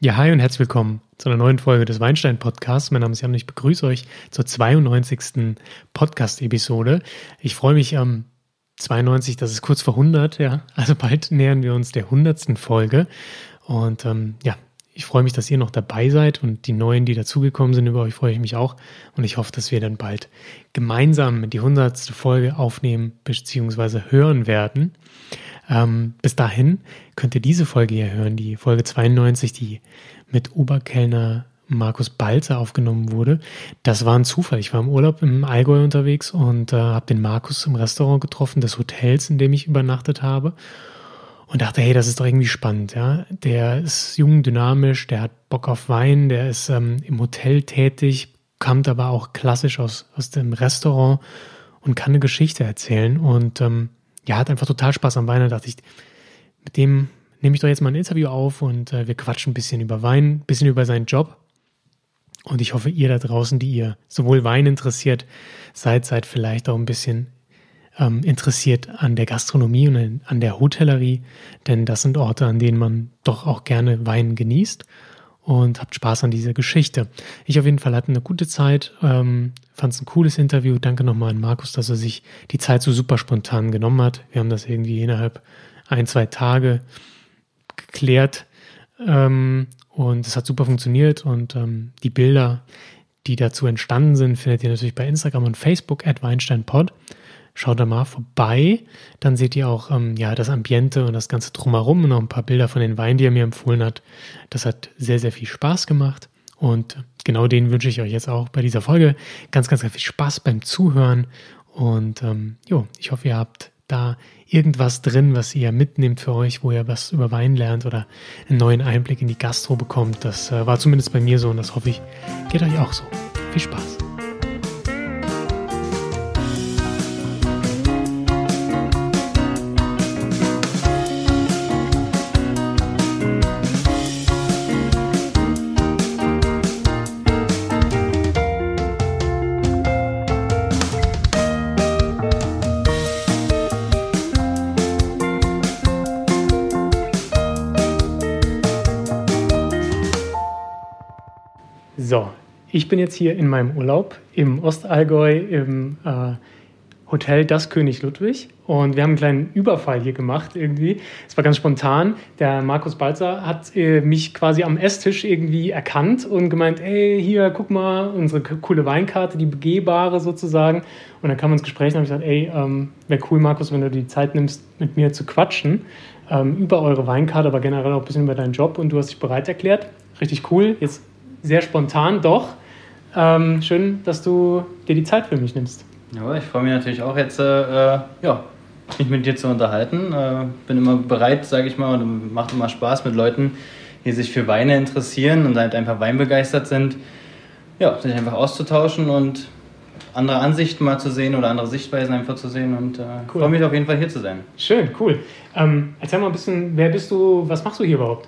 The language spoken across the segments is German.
Ja, hi und herzlich willkommen zu einer neuen Folge des Weinstein-Podcasts. Mein Name ist Jan und ich begrüße euch zur 92. Podcast-Episode. Ich freue mich 92, das ist kurz vor 100, ja. Also bald nähern wir uns der 100. Folge. Und ich freue mich, dass ihr noch dabei seid und die Neuen, die dazugekommen sind, über euch freue ich mich auch. Und ich hoffe, dass wir dann bald gemeinsam die 100. Folge aufnehmen bzw. hören werden. Bis dahin könnt ihr diese Folge hier hören, die Folge 92, die mit Oberkellner Markus Balzer aufgenommen wurde. Das war ein Zufall. Ich war im Urlaub im Allgäu unterwegs und habe den Markus im Restaurant getroffen, des Hotels, in dem ich übernachtet habe. Und dachte, hey, das ist doch irgendwie spannend. Ja? Der ist jung, dynamisch, der hat Bock auf Wein, der ist im Hotel tätig, kommt aber auch klassisch aus dem Restaurant und kann eine Geschichte erzählen. Und hat einfach total Spaß am Wein. Da dachte ich, mit dem nehme ich doch jetzt mal ein Interview auf und wir quatschen ein bisschen über Wein, ein bisschen über seinen Job. Und ich hoffe, ihr da draußen, die ihr sowohl Wein interessiert seid vielleicht auch ein bisschen interessiert an der Gastronomie und an der Hotellerie. Denn das sind Orte, an denen man doch auch gerne Wein genießt. Und habt Spaß an dieser Geschichte. Ich auf jeden Fall hatte eine gute Zeit, fand es ein cooles Interview. Danke nochmal an Markus, dass er sich die Zeit so super spontan genommen hat. Wir haben das irgendwie innerhalb 1-2 Tage geklärt und es hat super funktioniert. Und die Bilder, die dazu entstanden sind, findet ihr natürlich bei Instagram und Facebook @WeinsteinPod. Schaut da mal vorbei, dann seht ihr auch das Ambiente und das Ganze drumherum und noch ein paar Bilder von den Weinen, die er mir empfohlen hat. Das hat sehr, sehr viel Spaß gemacht und genau den wünsche ich euch jetzt auch bei dieser Folge. Ganz, ganz, ganz viel Spaß beim Zuhören und ich hoffe, ihr habt da irgendwas drin, was ihr mitnehmt für euch, wo ihr was über Wein lernt oder einen neuen Einblick in die Gastro bekommt. Das war zumindest bei mir so und das hoffe ich, geht euch auch so. Viel Spaß! So, ich bin jetzt hier in meinem Urlaub im Ostallgäu im Hotel Das König Ludwig und wir haben einen kleinen Überfall hier gemacht irgendwie. Es war ganz spontan. Der Markus Balzer hat mich quasi am Esstisch irgendwie erkannt und gemeint, ey, hier, guck mal, unsere coole Weinkarte, die begehbare sozusagen. Und dann kam wir ins Gespräch und habe ich gesagt, ey, wäre cool, Markus, wenn du die Zeit nimmst, mit mir zu quatschen über eure Weinkarte, aber generell auch ein bisschen über deinen Job und du hast dich bereit erklärt. Richtig cool. Jetzt sehr spontan, doch. Schön, dass du dir die Zeit für mich nimmst. Ja, ich freue mich natürlich auch jetzt, mich mit dir zu unterhalten. Bin immer bereit, sage ich mal, und macht immer Spaß mit Leuten, die sich für Weine interessieren und halt einfach weinbegeistert sind, ja, sich einfach auszutauschen und andere Ansichten mal zu sehen oder andere Sichtweisen einfach zu sehen und cool. Freue mich auf jeden Fall hier zu sein. Schön, cool. Erzähl mal ein bisschen, wer bist du, was machst du hier überhaupt?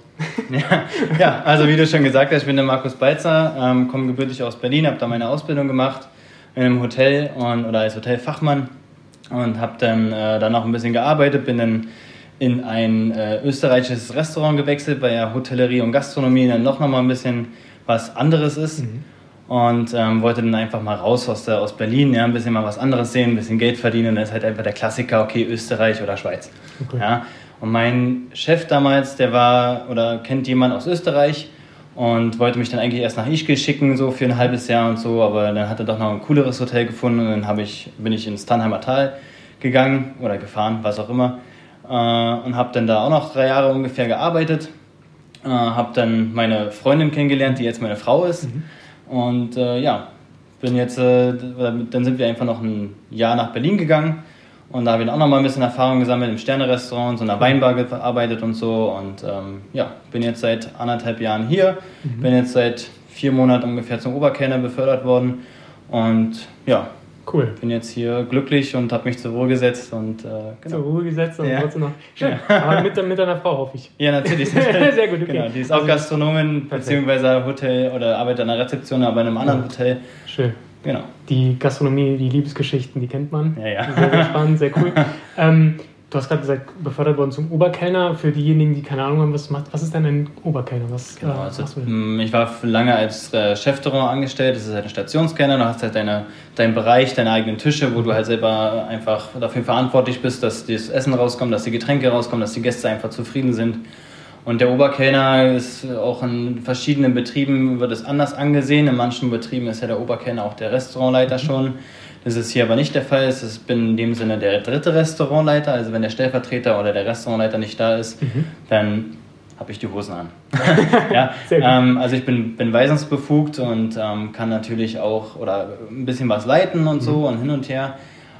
Ja, also wie du schon gesagt hast, ich bin der Markus Balzer, komme gebürtig aus Berlin, habe da meine Ausbildung gemacht in einem Hotel oder als Hotelfachmann und habe dann da noch ein bisschen gearbeitet, bin dann in ein österreichisches Restaurant gewechselt, weil ja Hotellerie und Gastronomie dann noch mal ein bisschen was anderes ist. Und wollte dann einfach mal raus aus Berlin, ja, ein bisschen mal was anderes sehen, ein bisschen Geld verdienen. Und dann ist halt einfach der Klassiker, okay, Österreich oder Schweiz. Okay. Ja. Und mein Chef damals, der kennt jemanden aus Österreich und wollte mich dann eigentlich erst nach Ischgl schicken, so für ein halbes Jahr und so. Aber dann hat er doch noch ein cooleres Hotel gefunden und dann bin ich ins Tannheimer Tal gegangen oder gefahren, was auch immer. Und habe dann da auch noch 3 Jahre ungefähr gearbeitet. Habe dann meine Freundin kennengelernt, die jetzt meine Frau ist. Und bin jetzt, dann sind wir einfach noch ein Jahr nach Berlin gegangen und da habe ich auch noch mal ein bisschen Erfahrung gesammelt im Sterne-Restaurant, so in einer Weinbar gearbeitet und so und bin jetzt seit 1,5 Jahren hier, bin jetzt seit 4 Monaten ungefähr zum Oberkellner befördert worden und ja, cool. Bin jetzt hier glücklich und habe mich zur Ruhe gesetzt und genau. Zur Ruhe gesetzt und trotzdem noch. Schön. Ja. Aber mit deiner Frau, hoffe ich. Ja, natürlich. Sehr gut, okay. Genau, die ist auch Gastronomin, beziehungsweise Hotel oder arbeitet an der Rezeption, aber in einem anderen Hotel. Schön. Genau. Die Gastronomie, die Liebesgeschichten, die kennt man. Ja. Sehr, sehr spannend, sehr cool. du hast gerade gesagt, befördert worden zum Oberkellner. Für diejenigen, die keine Ahnung haben, was ist denn ein Oberkellner? Genau, ich war lange als Chefterrain angestellt, das ist halt ein Stationskellner, du hast halt deinen Bereich, deine eigenen Tische, wo du halt selber einfach dafür verantwortlich bist, dass das Essen rauskommt, dass die Getränke rauskommen, dass die Gäste einfach zufrieden sind. Und der Oberkellner ist auch in verschiedenen Betrieben, wird es anders angesehen. In manchen Betrieben ist ja der Oberkellner auch der Restaurantleiter schon. Das ist hier aber nicht der Fall. Ich bin in dem Sinne der 3. Restaurantleiter. Also wenn der Stellvertreter oder der Restaurantleiter nicht da ist, dann habe ich die Hosen an. Ja, also ich bin weisungsbefugt und kann natürlich auch oder ein bisschen was leiten und so und hin und her.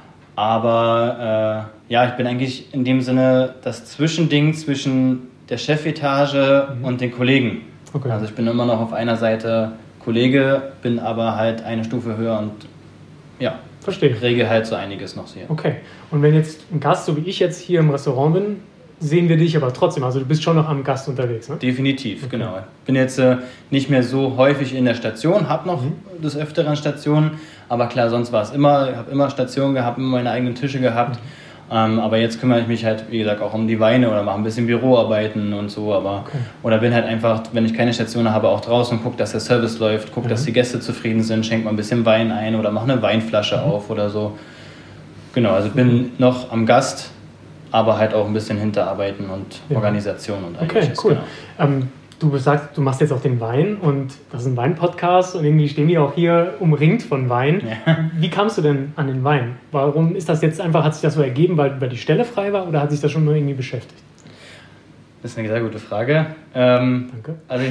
Aber ich bin eigentlich in dem Sinne das Zwischending zwischen der Chefetage und den Kollegen. Okay. Also ich bin immer noch auf einer Seite Kollege, bin aber halt eine Stufe höher und verstehe. Regel halt so einiges noch hier. Okay. Und wenn jetzt ein Gast, so wie ich jetzt hier im Restaurant bin, sehen wir dich aber trotzdem. Also du bist schon noch am Gast unterwegs, ne? Definitiv, genau. Ich bin jetzt nicht mehr so häufig in der Station, habe noch des Öfteren Stationen, aber klar, sonst war es immer, ich habe immer Stationen gehabt, immer meine eigenen Tische gehabt. Aber jetzt kümmere ich mich halt, wie gesagt, auch um die Weine oder mache ein bisschen Büroarbeiten und so. Oder bin halt einfach, wenn ich keine Station habe, auch draußen und gucke, dass der Service läuft, gucke, dass die Gäste zufrieden sind, schenke mal ein bisschen Wein ein oder mache eine Weinflasche auf oder so. Genau, also bin noch am Gast, aber halt auch ein bisschen Hinterarbeiten und Organisation und eigentlich. Okay, cool. Genau. Du sagst, du machst jetzt auch den Wein und das ist ein Wein-Podcast und irgendwie stehen wir auch hier umringt von Wein. Ja. Wie kamst du denn an den Wein? Warum ist das jetzt einfach, hat sich das so ergeben, weil die Stelle frei war oder hat sich das schon nur irgendwie beschäftigt? Das ist eine sehr gute Frage. Danke. Also,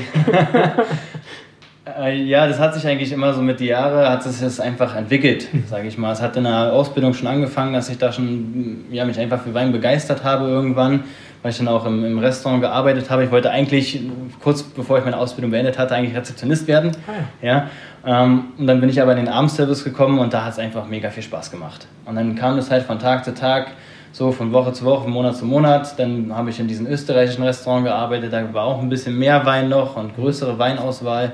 das hat sich eigentlich immer so mit den Jahren, hat es jetzt einfach entwickelt, sage ich mal. Es hat in der Ausbildung schon angefangen, dass ich da schon mich einfach für Wein begeistert habe irgendwann, weil ich dann auch im Restaurant gearbeitet habe. Ich wollte eigentlich, kurz bevor ich meine Ausbildung beendet hatte, eigentlich Rezeptionist werden. Und dann bin ich aber in den Abendservice gekommen und da hat es einfach mega viel Spaß gemacht. Und dann kam das halt von Tag zu Tag, so von Woche zu Woche, von Monat zu Monat. Dann habe ich in diesem österreichischen Restaurant gearbeitet, da war auch ein bisschen mehr Wein noch und größere Weinauswahl.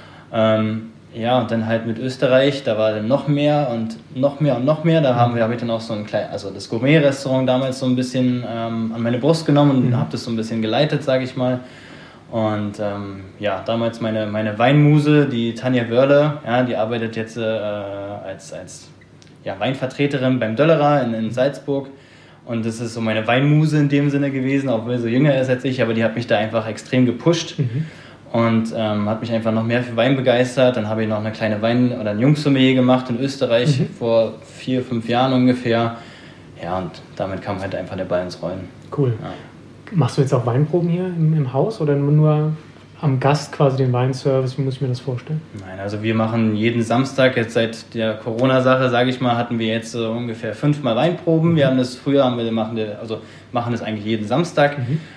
Und dann halt mit Österreich, da war dann noch mehr und noch mehr und noch mehr. Da habe ich dann auch so ein kleines, also das Gourmet-Restaurant damals so ein bisschen an meine Brust genommen und habe das so ein bisschen geleitet, sage ich mal. Und damals meine Weinmuse, die Tanja Wörle, die arbeitet jetzt als Weinvertreterin beim Döllerer in Salzburg. Und das ist so meine Weinmuse in dem Sinne gewesen, obwohl sie so jünger ist als ich, aber die hat mich da einfach extrem gepusht. Und hat mich einfach noch mehr für Wein begeistert. Dann habe ich noch eine kleine ein Jungsommelier gemacht in Österreich vor 4-5 Jahren ungefähr. Ja, und damit kam halt einfach der Ball ins Rollen. Cool. Ja. Machst du jetzt auch Weinproben hier im Haus oder nur am Gast quasi den Weinservice? Wie muss ich mir das vorstellen? Nein, also wir machen jeden Samstag, jetzt seit der Corona-Sache, sage ich mal, hatten wir jetzt so ungefähr 5 Mal Weinproben. Wir haben das machen das eigentlich jeden Samstag.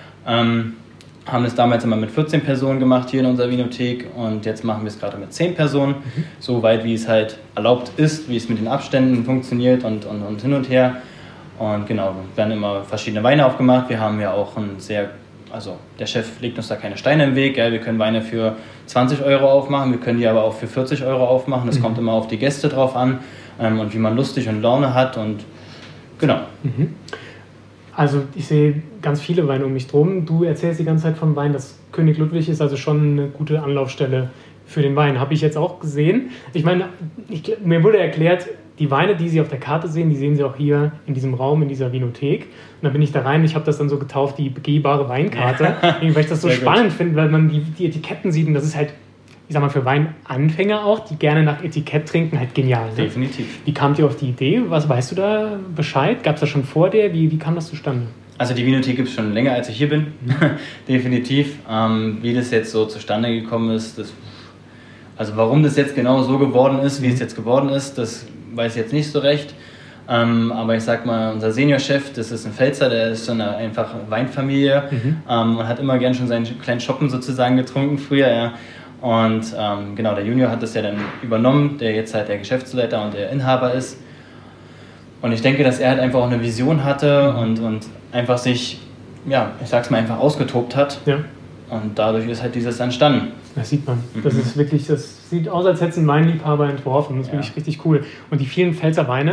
Haben das damals immer mit 14 Personen gemacht hier in unserer Vinothek und jetzt machen wir es gerade mit 10 Personen, so weit wie es halt erlaubt ist, wie es mit den Abständen funktioniert und hin und her. Und genau, werden immer verschiedene Weine aufgemacht. Wir haben ja auch der Chef legt uns da keine Steine im Weg. Ja, wir können Weine für 20 Euro aufmachen, wir können die aber auch für 40 Euro aufmachen. Das kommt immer auf die Gäste drauf an und wie man lustig und Laune hat und genau. Also ich sehe ganz viele Weine um mich drum. Du erzählst die ganze Zeit vom Wein. Das König Ludwig ist also schon eine gute Anlaufstelle für den Wein. Habe ich jetzt auch gesehen. Ich meine, mir wurde erklärt, die Weine, die Sie auf der Karte sehen, die sehen Sie auch hier in diesem Raum, in dieser Vinothek. Und dann bin ich da rein. Ich habe das dann so getauft, die begehbare Weinkarte. Weil ich das so spannend finde, weil man die Etiketten sieht. Und das ist halt, ich sag mal, für Weinanfänger auch, die gerne nach Etikett trinken, halt genial. Ne? Definitiv. Wie kamt ihr auf die Idee? Was weißt du da Bescheid? Gab es das schon vor dir? Wie kam das zustande? Also die Vinothek gibt es schon länger, als ich hier bin. Definitiv. Wie das jetzt so zustande gekommen ist, also warum das jetzt genau so geworden ist, wie es jetzt geworden ist, das weiß ich jetzt nicht so recht. Aber ich sag mal, unser Seniorchef, das ist ein Pfälzer, der ist so eine einfache Weinfamilie und hat immer gern schon seinen kleinen Schoppen sozusagen getrunken früher, ja. Und genau, der Junior hat das ja dann übernommen, der jetzt halt der Geschäftsleiter und der Inhaber ist. Und ich denke, dass er halt einfach auch eine Vision hatte und einfach sich, ich sag's mal, einfach ausgetobt hat. Ja. Und dadurch ist halt dieses entstanden. Das sieht man. Das ist wirklich, das sieht aus, als hätte es ein Weinliebhaber entworfen. Das ist wirklich richtig cool. Und die vielen Pfälzer Weine,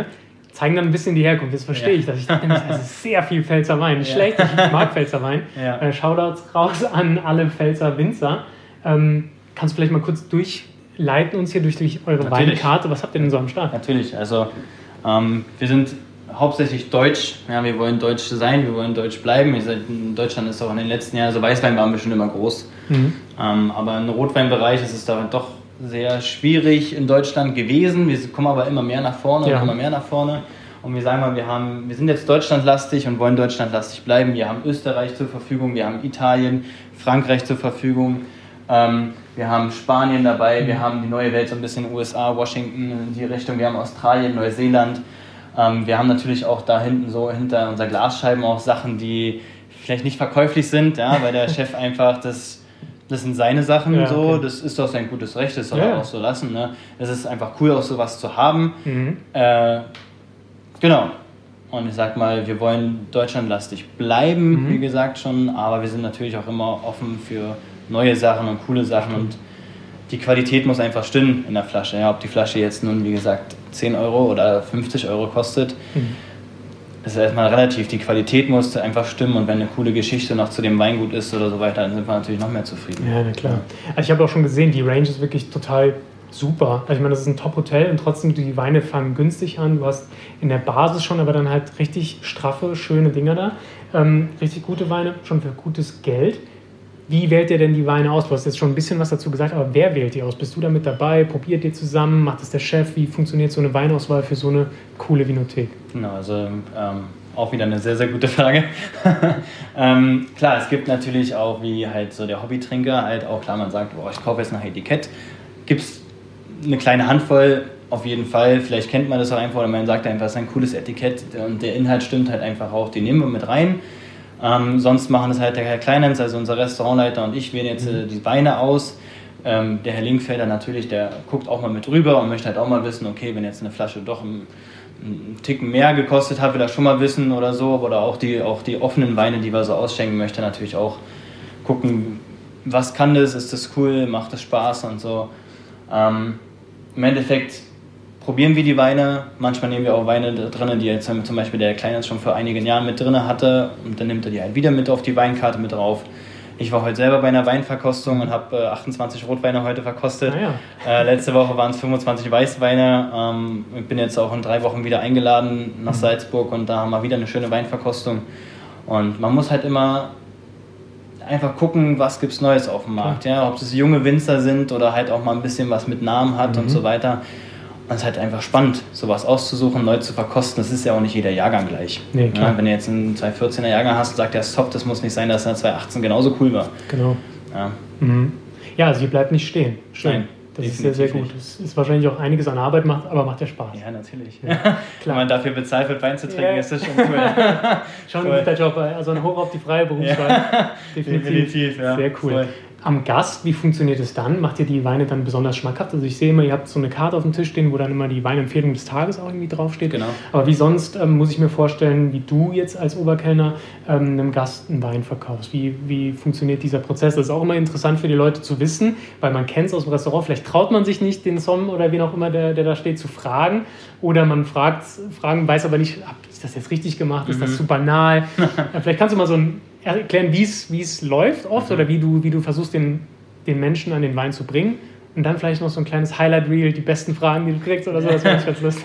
zeigen dann ein bisschen die Herkunft. Das verstehe ich. Dass ich dachte, es ist sehr viel Pfälzer Wein. Nicht schlecht, ich mag Pfälzer Wein. Ja. Shoutouts raus an alle Pfälzer Winzer. Kannst du vielleicht mal kurz durchleiten uns hier durch eure Weinkarte? Was habt ihr denn so am Start? Natürlich. Also wir sind hauptsächlich deutsch. Ja, wir wollen deutsch sein, wir wollen deutsch bleiben. In Deutschland ist auch in den letzten Jahren, also Weißwein waren wir schon immer groß. Aber im Rotweinbereich ist es da doch sehr schwierig in Deutschland gewesen. Wir kommen aber immer mehr nach vorne und immer mehr nach vorne. Und wir sagen mal, wir sind jetzt deutschlandlastig und wollen deutschlandlastig bleiben. Wir haben Österreich zur Verfügung, wir haben Italien, Frankreich zur Verfügung. Wir haben Spanien dabei, wir haben die neue Welt, so ein bisschen USA, Washington in die Richtung. Wir haben Australien, Neuseeland. Wir haben natürlich auch da hinten so hinter unserer Glasscheiben auch Sachen, die vielleicht nicht verkäuflich sind, ja, weil der Chef einfach das sind seine Sachen, ja, so, okay. Das ist doch sein gutes Recht, das soll er auch so lassen. Ne? Es ist einfach cool, auch sowas zu haben. Genau. Und ich sag mal, wir wollen deutschlandlastig bleiben, wie gesagt schon, aber wir sind natürlich auch immer offen für neue Sachen und coole Sachen und die Qualität muss einfach stimmen in der Flasche. Ja, ob die Flasche jetzt nun, wie gesagt, 10 Euro oder 50 Euro kostet, ist erstmal relativ. Die Qualität muss einfach stimmen und wenn eine coole Geschichte noch zu dem Weingut ist oder so weiter, dann sind wir natürlich noch mehr zufrieden. Ja, na klar. Also ich habe auch schon gesehen, die Range ist wirklich total super. Also ich meine, das ist ein Top-Hotel und trotzdem, die Weine fangen günstig an. Du hast in der Basis schon aber dann halt richtig straffe, schöne Dinger da. Richtig gute Weine, schon für gutes Geld. Wie wählt ihr denn die Weine aus? Du hast jetzt schon ein bisschen was dazu gesagt, aber wer wählt die aus? Bist du da mit dabei? Probiert ihr zusammen? Macht das der Chef? Wie funktioniert so eine Weinauswahl für so eine coole Vinothek? Genau, also auch wieder eine sehr, sehr gute Frage. Klar, es gibt natürlich auch, wie halt so der Hobbytrinker, halt auch klar, man sagt, boah, ich kaufe jetzt nach Etikett. Gibt es eine kleine Handvoll, auf jeden Fall. Vielleicht kennt man das auch einfach oder man sagt einfach, es ist ein cooles Etikett und der Inhalt stimmt halt einfach auch. Die nehmen wir mit rein. Sonst machen das halt der Herr Kleinenz, also unser Restaurantleiter und ich wählen jetzt die Weine aus. Der Herr Linkfelder natürlich, der guckt auch mal mit rüber und möchte halt auch mal wissen, okay, wenn jetzt eine Flasche doch einen Ticken mehr gekostet hat, will er schon mal wissen oder so. Oder auch die offenen Weine, die wir so ausschenken, möchte natürlich auch gucken, was kann das, ist das cool, macht das Spaß und so. Im Endeffekt probieren wir die Weine, manchmal nehmen wir auch Weine drin, die jetzt zum Beispiel der Kleine schon vor einigen Jahren mit drin hatte und dann nimmt er die halt wieder mit auf die Weinkarte mit drauf. Ich war heute selber bei einer Weinverkostung und habe 28 Rotweine heute verkostet. Letzte Woche waren es 25 Weißweine. Ich bin jetzt auch in 3 Wochen wieder eingeladen nach Salzburg und da haben wir wieder eine schöne Weinverkostung. Und man muss halt immer einfach gucken, was gibt es Neues auf dem Markt. Ja? Ob es junge Winzer sind oder halt auch mal ein bisschen was mit Namen hat und so weiter. Und es ist halt einfach spannend, sowas auszusuchen, neu zu verkosten. Das ist ja auch nicht jeder Jahrgang gleich. Nee, klar. Ja, wenn du jetzt einen 2014er Jahrgang hast und sagst, der ist top, das muss nicht sein, dass er 2018 genauso cool war. Genau. Ja, ja, also ihr bleibt nicht stehen. Schön. Nein, das ist sehr, sehr gut. Das ist wahrscheinlich auch einiges an Arbeit, aber macht ja Spaß. Ja, natürlich. Ja, klar. Wenn man dafür bezahlt wird, Wein zu trinken, ist das schon cool. Schon ein guter Job, also ein Hoch auf die freie Berufswahl. Ja, definitiv. Ja. Sehr cool. Voll. Am Gast, wie funktioniert es dann? Macht ihr die Weine dann besonders schmackhaft? Also ich sehe immer, ihr habt so eine Karte auf dem Tisch stehen, wo dann immer die Weinempfehlung des Tages auch irgendwie draufsteht. Genau. Aber wie sonst muss ich mir vorstellen, wie du jetzt als Oberkellner einem Gast einen Wein verkaufst? Wie funktioniert dieser Prozess? Das ist auch immer interessant für die Leute zu wissen, weil man kennt es aus dem Restaurant. Vielleicht traut man sich nicht, den Somm oder wen auch immer, der da steht, zu fragen. Oder man fragen, weiß aber nicht, habe ich das jetzt richtig gemacht? Ist das zu banal? Vielleicht kannst du mal so erklären, wie es läuft oft oder wie du versuchst, den Menschen an den Wein zu bringen und dann vielleicht noch so ein kleines Highlight-Reel, die besten Fragen, die du kriegst oder so, das wäre ganz lustig.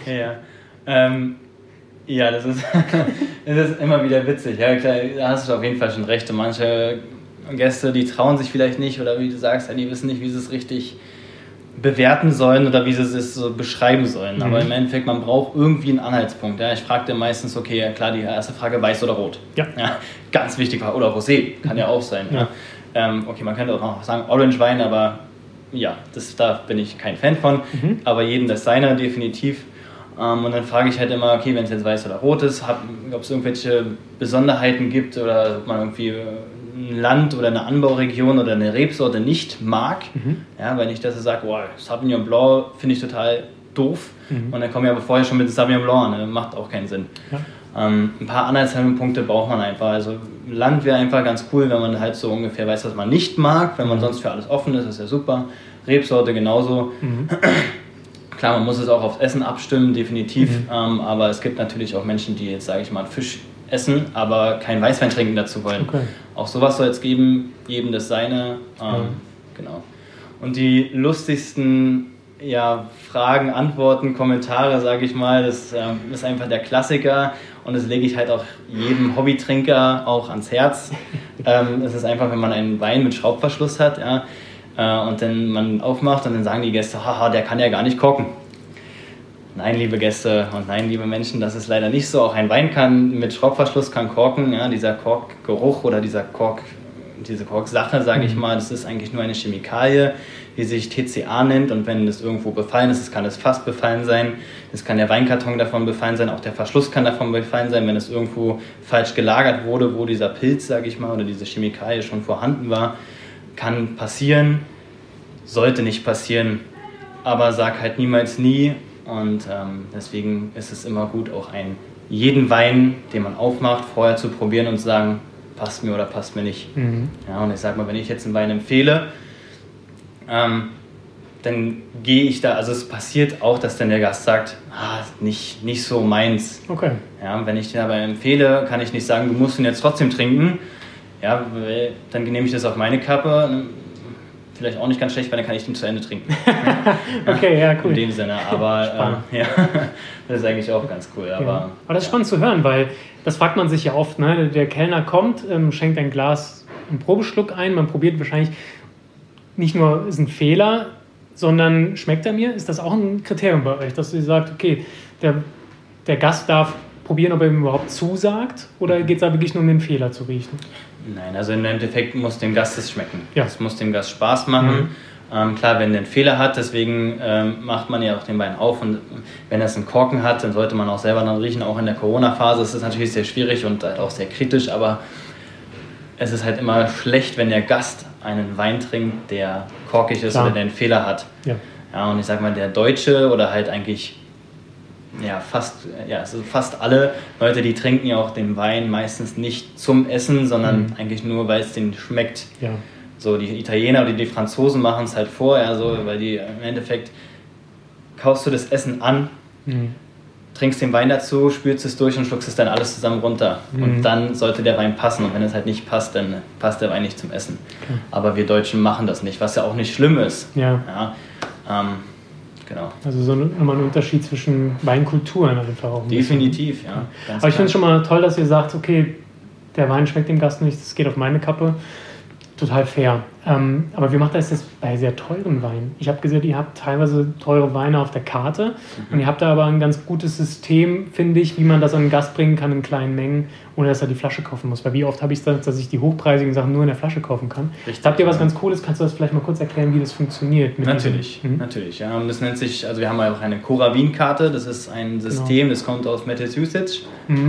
Ja, das ist immer wieder witzig. Ja, klar, da hast du auf jeden Fall schon recht. Und manche Gäste, die trauen sich vielleicht nicht oder wie du sagst, die wissen nicht, wie sie es richtig bewerten sollen oder wie sie es so beschreiben sollen. Aber im Endeffekt, man braucht irgendwie einen Anhaltspunkt. Ja? Ich frage dann meistens, okay, ja, klar, die erste Frage, weiß oder rot. Ja, ganz wichtig, oder Rosé, kann ja auch sein. Ja. Okay, man könnte auch sagen Orange-Wein, aber ja, da bin ich kein Fan von. Aber jedem das seine, definitiv. Und dann frage ich halt immer, okay, wenn es jetzt weiß oder rot ist, ob es irgendwelche Besonderheiten gibt oder ob man irgendwie ein Land oder eine Anbauregion oder eine Rebsorte nicht mag. Ja, wenn ich das sage, wow, Sauvignon Blanc finde ich total doof. Und dann komme ich aber vorher schon mit Sauvignon Blanc an, macht auch keinen Sinn. Ja. Ein paar Anhaltspunkte braucht man einfach. Also Land wäre einfach ganz cool, wenn man halt so ungefähr weiß, was man nicht mag. Wenn man sonst für alles offen ist, ist ja super. Rebsorte genauso. Klar, man muss es auch aufs Essen abstimmen, definitiv. Aber es gibt natürlich auch Menschen, die jetzt, sage ich mal, Fisch essen, aber keinen Weißwein trinken dazu wollen. Okay. Auch sowas soll es geben, jedem das Seine. Genau. Und die lustigsten Fragen, Antworten, Kommentare, sage ich mal, das ist einfach der Klassiker und das lege ich halt auch jedem Hobbytrinker auch ans Herz. Es ist einfach, wenn man einen Wein mit Schraubverschluss hat, und dann man aufmacht und dann sagen die Gäste, haha, der kann ja gar nicht korken. Nein, liebe Gäste und nein, liebe Menschen, das ist leider nicht so. Auch ein Wein mit Schraubverschluss kann korken. Ja, dieser Korkgeruch oder diese Korksache, sage ich mal, das ist eigentlich nur eine Chemikalie, die sich TCA nennt. Und wenn das irgendwo befallen ist, kann das Fass befallen sein, es kann der Weinkarton davon befallen sein, auch der Verschluss kann davon befallen sein, wenn es irgendwo falsch gelagert wurde, wo dieser Pilz, sage ich mal, oder diese Chemikalie schon vorhanden war. Kann passieren, sollte nicht passieren, aber sag halt niemals nie. Und deswegen ist es immer gut, auch jeden Wein, den man aufmacht, vorher zu probieren und zu sagen, passt mir oder passt mir nicht. Ja, und ich sag mal, wenn ich jetzt einen Wein empfehle, dann gehe ich da, also es passiert auch, dass dann der Gast sagt, nicht so meins. Okay. Ja, wenn ich den aber empfehle, kann ich nicht sagen, du musst ihn jetzt trotzdem trinken. Ja, dann nehme ich das auf meine Kappe. Vielleicht auch nicht ganz schlecht, weil dann kann ich den zu Ende trinken. Okay, ja, cool. In dem Sinne, aber das ist eigentlich auch ganz cool. Aber das ist spannend zu hören, weil das fragt man sich ja oft. Ne? Der Kellner kommt, schenkt ein Glas, einen Probeschluck ein, man probiert wahrscheinlich nicht nur, ist ein Fehler, sondern schmeckt er mir? Ist das auch ein Kriterium bei euch, dass ihr sagt, okay, der Gast darf probieren, ob er ihm überhaupt zusagt, oder geht es da wirklich nur um den Fehler zu riechen? Nein, also im Endeffekt muss dem Gast es schmecken. Ja. Es muss dem Gast Spaß machen. Klar, wenn der einen Fehler hat, deswegen macht man ja auch den Wein auf, und wenn er einen Korken hat, dann sollte man auch selber dann riechen, auch in der Corona-Phase. Es ist natürlich sehr schwierig und auch sehr kritisch, aber es ist halt immer schlecht, wenn der Gast einen Wein trinkt, der korkig ist oder der einen Fehler hat. Ja, und ich sag mal, der Deutsche oder halt eigentlich fast alle Leute, die trinken ja auch den Wein meistens nicht zum Essen, sondern eigentlich nur, weil es denen schmeckt. Ja. So, die Italiener oder die Franzosen machen es halt vorher, weil die im Endeffekt kaufst du das Essen an, trinkst den Wein dazu, spülst es durch und schluckst es dann alles zusammen runter. Und dann sollte der Wein passen, und wenn es halt nicht passt, dann passt der Wein nicht zum Essen. Okay. Aber wir Deutschen machen das nicht, was ja auch nicht schlimm ist. Ja. Genau. Also so nochmal ein Unterschied zwischen Weinkulturen einfach auch. Definitiv, ja. Aber ich finde es schon mal toll, dass ihr sagt, okay, der Wein schmeckt dem Gast nicht, das geht auf meine Kappe. Total fair. Aber wie macht das jetzt bei sehr teuren Weinen? Ich habe gesehen, ihr habt teilweise teure Weine auf der Karte und ihr habt da aber ein ganz gutes System, finde ich, wie man das an den Gast bringen kann in kleinen Mengen, ohne dass er die Flasche kaufen muss. Weil wie oft habe ich es, dass ich die hochpreisigen Sachen nur in der Flasche kaufen kann? Richtig. Habt ihr was ganz Cooles? Kannst du das vielleicht mal kurz erklären, wie das funktioniert? Natürlich. Ja. Das nennt sich, also wir haben ja auch eine Cora-Wien-Karte. Das ist ein System, das kommt aus Massachusetts.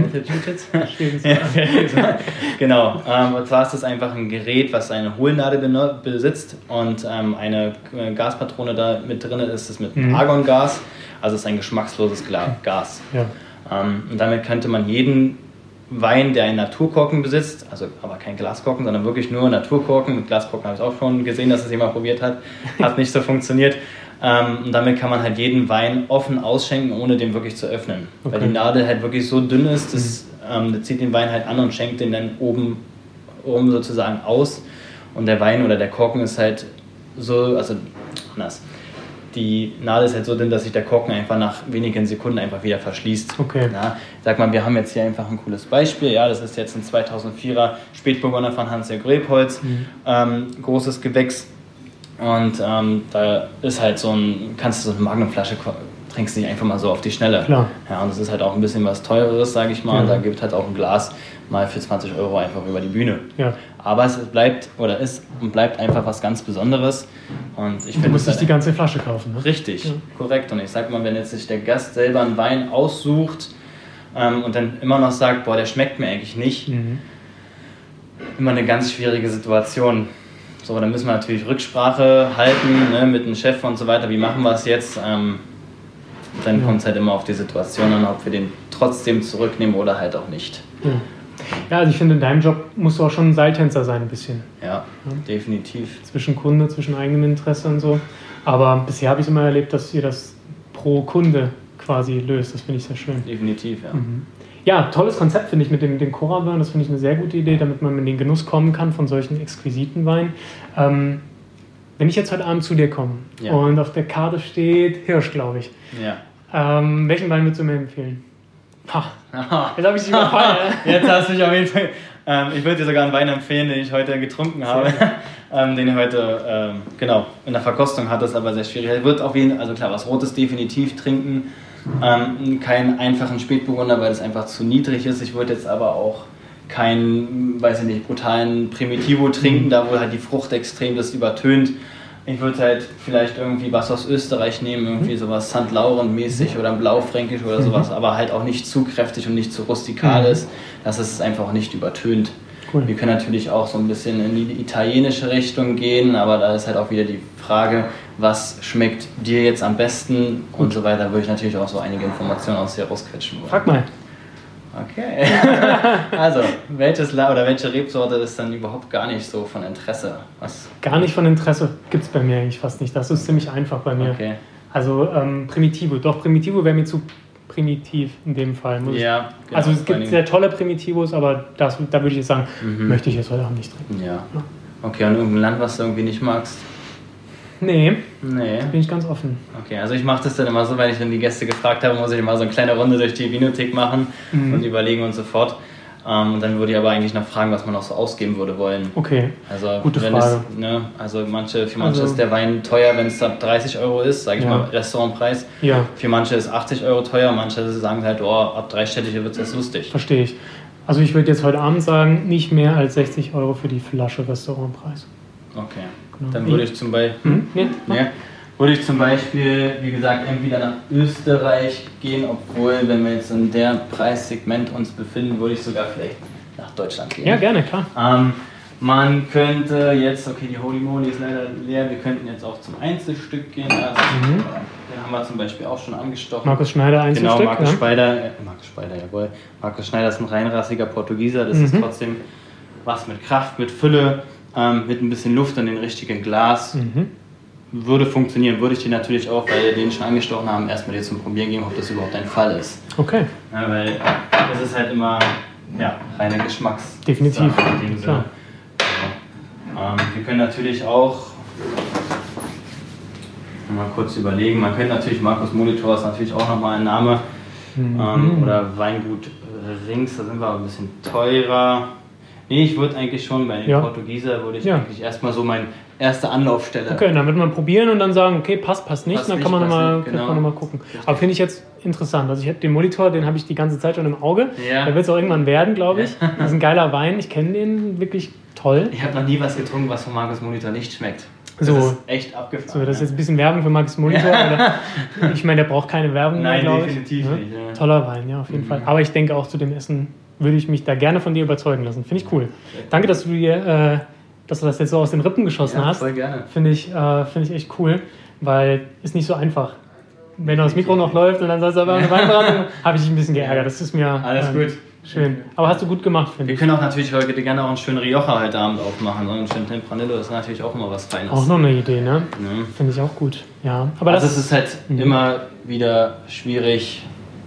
Genau. Und zwar ist das einfach ein Gerät, was eine Hohlnadel besitzt und eine Gaspatrone da mit drin ist, das mit Argongas, also es ist ein geschmacksloses Gas. Ja. Und damit könnte man jeden Wein, der einen Naturkorken besitzt, also aber kein Glaskorken, sondern wirklich nur Naturkorken, mit Glaskorken habe ich auch schon gesehen, dass es jemand probiert hat nicht so funktioniert. Und damit kann man halt jeden Wein offen ausschenken, ohne den wirklich zu öffnen. Okay. Weil die Nadel halt wirklich so dünn ist, das zieht den Wein halt an und schenkt den dann oben sozusagen aus. Und der Wein oder der Korken ist halt so, also anders. Die Nadel ist halt so dünn, dass sich der Korken einfach nach wenigen Sekunden einfach wieder verschließt. Okay. Ja, sag mal, wir haben jetzt hier einfach ein cooles Beispiel. Ja, das ist jetzt ein 2004er Spätburgunder von Hans-Jörg Rebholz. Großes Gewächs. Und da ist halt kannst du so eine Magnumflasche trinkst nicht einfach mal so auf die Schnelle. Klar. Ja, und das ist halt auch ein bisschen was Teureres, sage ich mal. Ja. Da gibt halt auch ein Glas mal für 20 € einfach über die Bühne. Ja. Aber es bleibt einfach was ganz Besonderes. Und ich du musst nicht die ganze Flasche kaufen, ne? Richtig, korrekt. Und ich sag mal, wenn jetzt sich der Gast selber einen Wein aussucht und dann immer noch sagt, boah, der schmeckt mir eigentlich nicht, immer eine ganz schwierige Situation. So, dann müssen wir natürlich Rücksprache halten, ne, mit dem Chef und so weiter. Wie machen wir es jetzt? Dann kommt es halt immer auf die Situation an, ob wir den trotzdem zurücknehmen oder halt auch nicht. Ja, also ich finde, in deinem Job musst du auch schon ein Seiltänzer sein, ein bisschen. Ja, zwischen Kunde, zwischen eigenem Interesse und so. Aber bisher habe ich es immer erlebt, dass ihr das pro Kunde quasi löst. Das finde ich sehr schön. Definitiv, ja. Ja, tolles Konzept finde ich mit dem Cora Burn. Das finde ich eine sehr gute Idee, damit man in den Genuss kommen kann von solchen exquisiten Weinen. Wenn ich jetzt heute Abend zu dir komme und auf der Karte steht Hirsch, glaube ich. Ja. Welchen Wein würdest du mir empfehlen? Jetzt habe ich dich überfallen. Jetzt hast du mich auf jeden Fall... ich würde dir sogar einen Wein empfehlen, den ich heute getrunken habe. Den ich heute, in der Verkostung hatte, ist aber sehr schwierig. Er wird auf jeden Fall, also klar, was Rotes definitiv trinken. Keinen einfachen Spätburgunder, weil das einfach zu niedrig ist. Ich würde jetzt aber auch keinen, weiß ich nicht, brutalen Primitivo trinken, da wo halt die Frucht extrem das übertönt. Ich würde halt vielleicht irgendwie was aus Österreich nehmen, irgendwie sowas St. Laurent-mäßig oder ein Blaufränkisch oder sowas, aber halt auch nicht zu kräftig und nicht zu rustikal ist, dass es einfach nicht übertönt. Cool. Wir können natürlich auch so ein bisschen in die italienische Richtung gehen, aber da ist halt auch wieder die Frage, was schmeckt dir jetzt am besten und so weiter, würde ich natürlich auch so einige Informationen aus dir rausquetschen wollen. Frag mal. Okay. Also, welche Rebsorte ist dann überhaupt gar nicht so von Interesse? Gar nicht von Interesse gibt es bei mir eigentlich fast nicht. Das ist ziemlich einfach bei mir. Okay. Also Primitivo. Doch, Primitivo wäre mir zu primitiv in dem Fall. Ja, genau, also es gibt sehr tolle Primitivos, aber da würde ich jetzt sagen, möchte ich jetzt heute Abend nicht trinken. Ja. Okay, und irgendein Land, was du irgendwie nicht magst? Nee, bin ich ganz offen. Okay, also ich mache das dann immer so, wenn ich dann die Gäste gefragt habe, muss ich immer so eine kleine Runde durch die Vinothek machen und überlegen und so fort. Und dann würde ich aber eigentlich noch fragen, was man noch so ausgeben würde wollen. Okay, also, gute Frage. Also für manche ist der Wein teuer, wenn es ab 30 Euro ist, sage ich mal, Restaurantpreis. Ja. Für manche ist 80 Euro teuer, manche sagen halt, ab dreistellige wird es erst lustig. Verstehe ich. Also ich würde jetzt heute Abend sagen, nicht mehr als 60 Euro für die Flasche Restaurantpreis. Okay, dann würde ich zum Beispiel... Würde ich zum Beispiel, wie gesagt, entweder nach Österreich gehen, obwohl, wenn wir jetzt in der Preissegment uns befinden, würde ich sogar vielleicht nach Deutschland gehen. Ja, gerne, klar. Man könnte jetzt, okay, die Holy Moly ist leider leer, wir könnten jetzt auch zum Einzelstück gehen. Den haben wir zum Beispiel auch schon angestochen. Markus Schneider Einzelstück. Genau, Markus Schneider, jawohl. Markus Schneider ist ein reinrassiger Portugieser, das ist trotzdem was mit Kraft, mit Fülle, mit ein bisschen Luft in den richtigen Glas. Würde funktionieren, würde ich dir natürlich auch, weil wir den schon angestochen haben, erstmal dir zum Probieren geben, ob das überhaupt ein Fall ist. Okay. Ja, weil das ist halt immer reine Geschmacks. Definitiv. Klar. Wir können natürlich auch mal kurz überlegen, man könnte natürlich, Markus Molitor ist natürlich auch nochmal ein Name, oder Weingut Rings, da sind wir aber ein bisschen teurer. Nee, ich würde eigentlich schon bei den Portugieser, eigentlich erstmal so meine erste Anlaufstelle. Okay, dann wird man probieren und dann sagen, okay, passt nicht, dann kann man nochmal gucken. Richtig. Aber finde ich jetzt interessant. Also ich habe den Molitor, den habe ich die ganze Zeit schon im Auge. Ja. Der wird es auch irgendwann werden, glaube ich. Das ist ein geiler Wein, ich kenne den wirklich toll. Ich habe noch nie was getrunken, was von Markus Molitor nicht schmeckt. Das ist echt abgefahren. So, das ist jetzt ein bisschen Werbung für Markus Molitor. Ich meine, der braucht keine Werbung mehr, glaube ich. Nein, definitiv nicht. Ja. Toller Wein, ja, auf jeden Fall. Aber ich denke auch zu dem Essen würde ich mich da gerne von dir überzeugen lassen. Finde ich cool. Danke, dass du das jetzt so aus den Rippen geschossen hast. Voll gerne. Finde ich echt cool, weil ist nicht so einfach. Wenn das Mikro noch läuft und dann sagst du aber eine Weinberatung, habe ich dich ein bisschen geärgert. Das ist mir alles gut. Schön. Aber hast du gut gemacht, finde ich. Wir können auch natürlich heute gerne auch einen schönen Rioja heute Abend aufmachen. So einen schönen Tempranillo ist natürlich auch immer was Feines. Auch noch eine Idee, ne? Ja. Finde ich auch gut. Ja. Aber also es ist halt immer wieder schwierig.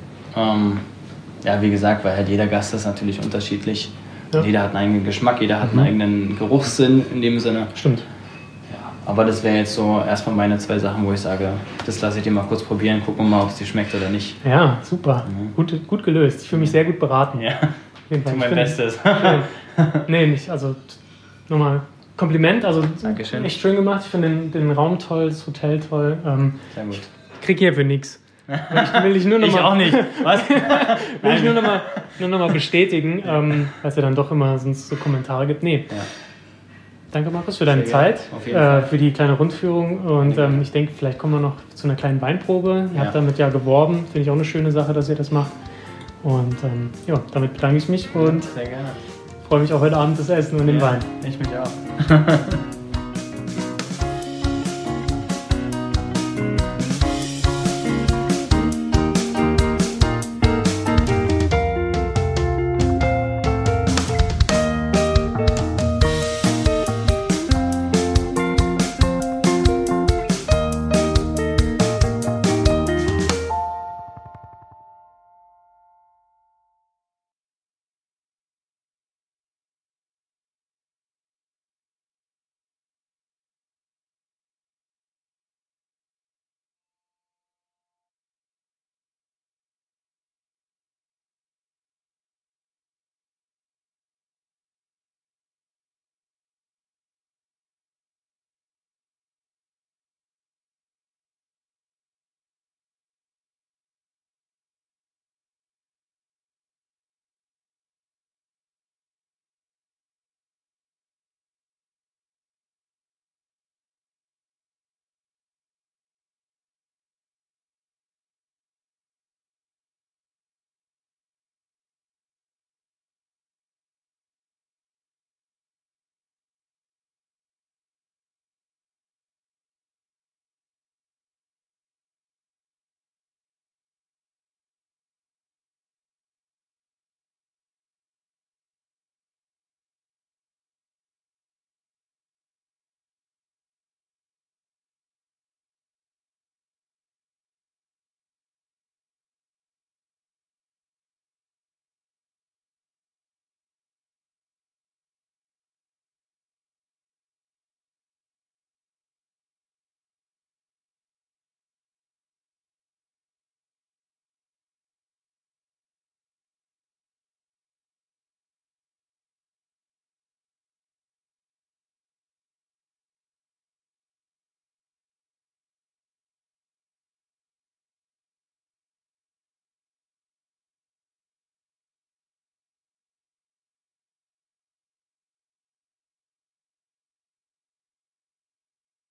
Wie gesagt, weil halt jeder Gast ist natürlich unterschiedlich. Ja. Jeder hat einen eigenen Geschmack, jeder hat einen eigenen Geruchssinn in dem Sinne. Stimmt. Ja, aber das wäre jetzt so erstmal meine 2 Sachen, wo ich sage, das lasse ich dir mal kurz probieren, gucken wir mal, ob es dir schmeckt oder nicht. Ja, super. Gut gelöst. Ich fühle mich sehr gut beraten. Ja, tu mein Bestes. Also nochmal Kompliment, also Dankeschön. Echt schön gemacht. Ich finde den Raum toll, das Hotel toll. Sehr gut. Ich krieg hierfür nichts. Ich auch nicht. Was? Will ich nur noch mal bestätigen, weil es ja dann doch immer sonst so Kommentare gibt. Nee. Ja. Danke, Markus, für deine Zeit, für die kleine Rundführung. Und ich denke, vielleicht kommen wir noch zu einer kleinen Weinprobe. Ihr habt damit geworben. Finde ich auch eine schöne Sache, dass ihr das macht. Und damit bedanke ich mich und sehr gerne. Freue mich auch heute Abend das Essen und den Wein. Ich mich auch.